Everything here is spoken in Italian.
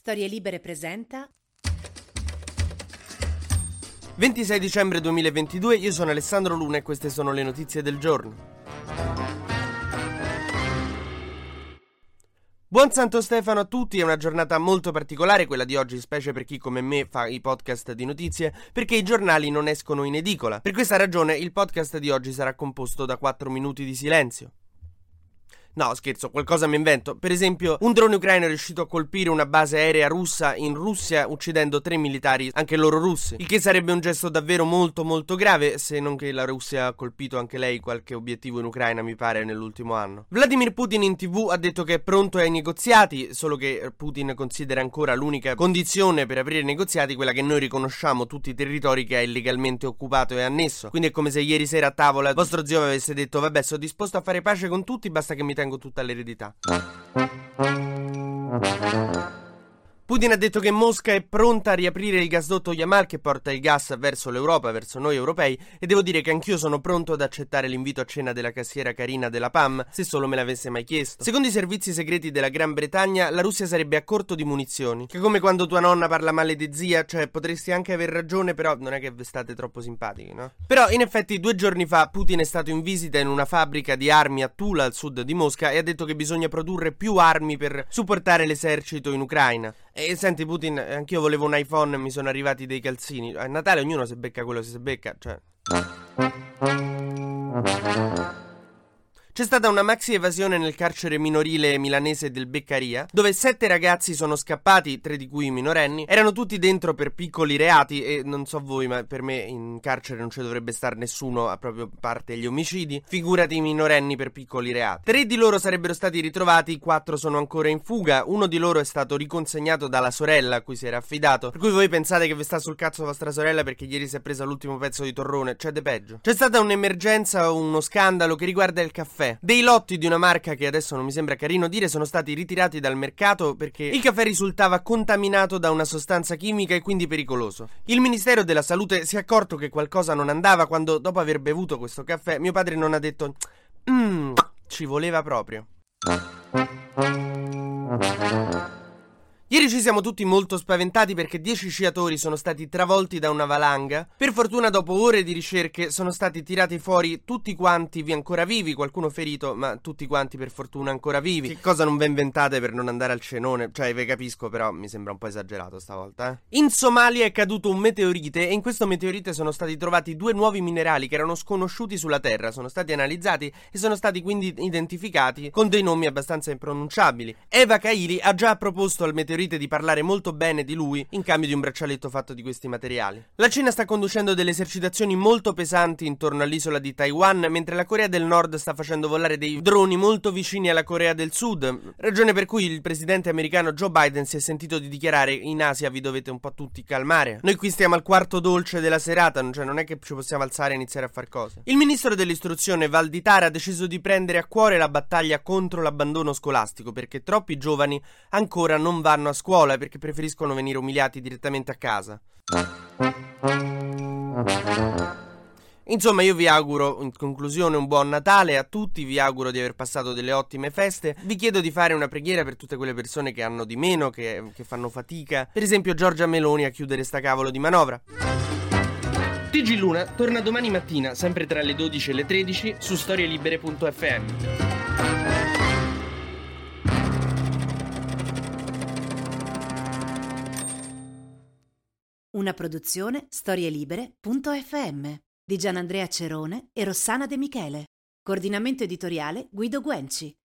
Storie Libere presenta 26 dicembre 2022, io sono Alessandro Luna e queste sono le notizie del giorno. Buon Santo Stefano a tutti, è una giornata molto particolare quella di oggi, specie per chi come me fa i podcast di notizie, perché i giornali non escono in edicola. Per questa ragione il podcast di oggi sarà composto da 4 minuti di silenzio. No, scherzo, qualcosa mi invento. Per esempio, un drone ucraino è riuscito a colpire una base aerea russa in Russia, uccidendo 3 militari, anche loro russi. Il che sarebbe un gesto davvero molto grave, se non che la Russia ha colpito anche lei qualche obiettivo in Ucraina, mi pare, nell'ultimo anno. Vladimir Putin in TV ha detto che è pronto ai negoziati, solo che Putin considera ancora l'unica condizione per aprire i negoziati quella che noi riconosciamo tutti i territori che ha illegalmente occupato e annesso. Quindi è come se ieri sera a tavola il vostro zio avesse detto: vabbè, sono disposto a fare pace con tutti, basta che mi tengo tutta l'eredità. Putin ha detto che Mosca è pronta a riaprire il gasdotto Yamal che porta il gas verso l'Europa, verso noi europei, e devo dire che anch'io sono pronto ad accettare l'invito a cena della cassiera Karina della PAM, se solo me l'avesse mai chiesto. Secondo i servizi segreti della Gran Bretagna, la Russia sarebbe a corto di munizioni, che è come quando tua nonna parla male di zia, cioè potresti anche aver ragione, però non è che state troppo simpatici, no? Però in effetti 2 giorni fa Putin è stato in visita in una fabbrica di armi a Tula, al sud di Mosca, e ha detto che bisogna produrre più armi per supportare l'esercito in Ucraina. E senti Putin, anch'io volevo un iPhone e mi sono arrivati dei calzini. A Natale ognuno si becca quello che si becca, cioè. C'è stata una maxi evasione nel carcere minorile milanese del Beccaria, dove 7 ragazzi sono scappati, 3 di cui minorenni, erano tutti dentro per piccoli reati e non so voi, ma per me in carcere non ci dovrebbe star nessuno, a proprio parte gli omicidi, figurati i minorenni per piccoli reati. 3 di loro sarebbero stati ritrovati, 4 sono ancora in fuga, uno di loro è stato riconsegnato dalla sorella a cui si era affidato, per cui voi pensate che vi sta sul cazzo vostra sorella perché ieri si è presa l'ultimo pezzo di torrone, cioè de peggio. C'è stata un'emergenza o uno scandalo che riguarda il caffè. Dei lotti di una marca che adesso non mi sembra carino dire sono stati ritirati dal mercato perché il caffè risultava contaminato da una sostanza chimica e quindi pericoloso. Il Ministero della Salute si è accorto che qualcosa non andava quando, dopo aver bevuto questo caffè, mio padre non ha detto ci voleva proprio. Ieri ci siamo tutti molto spaventati perché 10 sciatori sono stati travolti da una valanga. Per fortuna dopo ore di ricerche sono stati tirati fuori tutti quanti ancora vivi, qualcuno ferito, ma tutti quanti per fortuna ancora vivi. Che cosa non vi inventate per non andare al cenone? Cioè, ve capisco, però mi sembra un po' esagerato stavolta, In Somalia è caduto un meteorite e in questo meteorite sono stati trovati 2 nuovi minerali che erano sconosciuti sulla Terra, sono stati analizzati e sono stati quindi identificati con dei nomi abbastanza impronunciabili. Eva Kaili ha già proposto al meteorite di parlare molto bene di lui in cambio di un braccialetto fatto di questi materiali. La Cina sta conducendo delle esercitazioni molto pesanti intorno all'isola di Taiwan, mentre la Corea del Nord sta facendo volare dei droni molto vicini alla Corea del Sud, ragione per cui il presidente americano Joe Biden si è sentito di dichiarare: in Asia vi dovete un po' tutti calmare. Noi qui stiamo al quarto dolce della serata, cioè non è che ci possiamo alzare e iniziare a far cose. Il ministro dell'istruzione Valditara ha deciso di prendere a cuore la battaglia contro l'abbandono scolastico perché troppi giovani ancora non vanno a scuola perché preferiscono venire umiliati direttamente a casa. Insomma, io vi auguro in conclusione un buon Natale a tutti, vi auguro di aver passato delle ottime feste, vi chiedo di fare una preghiera per tutte quelle persone che hanno di meno, che fanno fatica, per esempio Giorgia Meloni a chiudere sta cavolo di manovra. TG Luna torna domani mattina, sempre tra le 12 e le 13, su storielibere.fm. Una produzione storielibere.fm di Gianandrea Cerone e Rossana De Michele. Coordinamento editoriale Guido Guenci.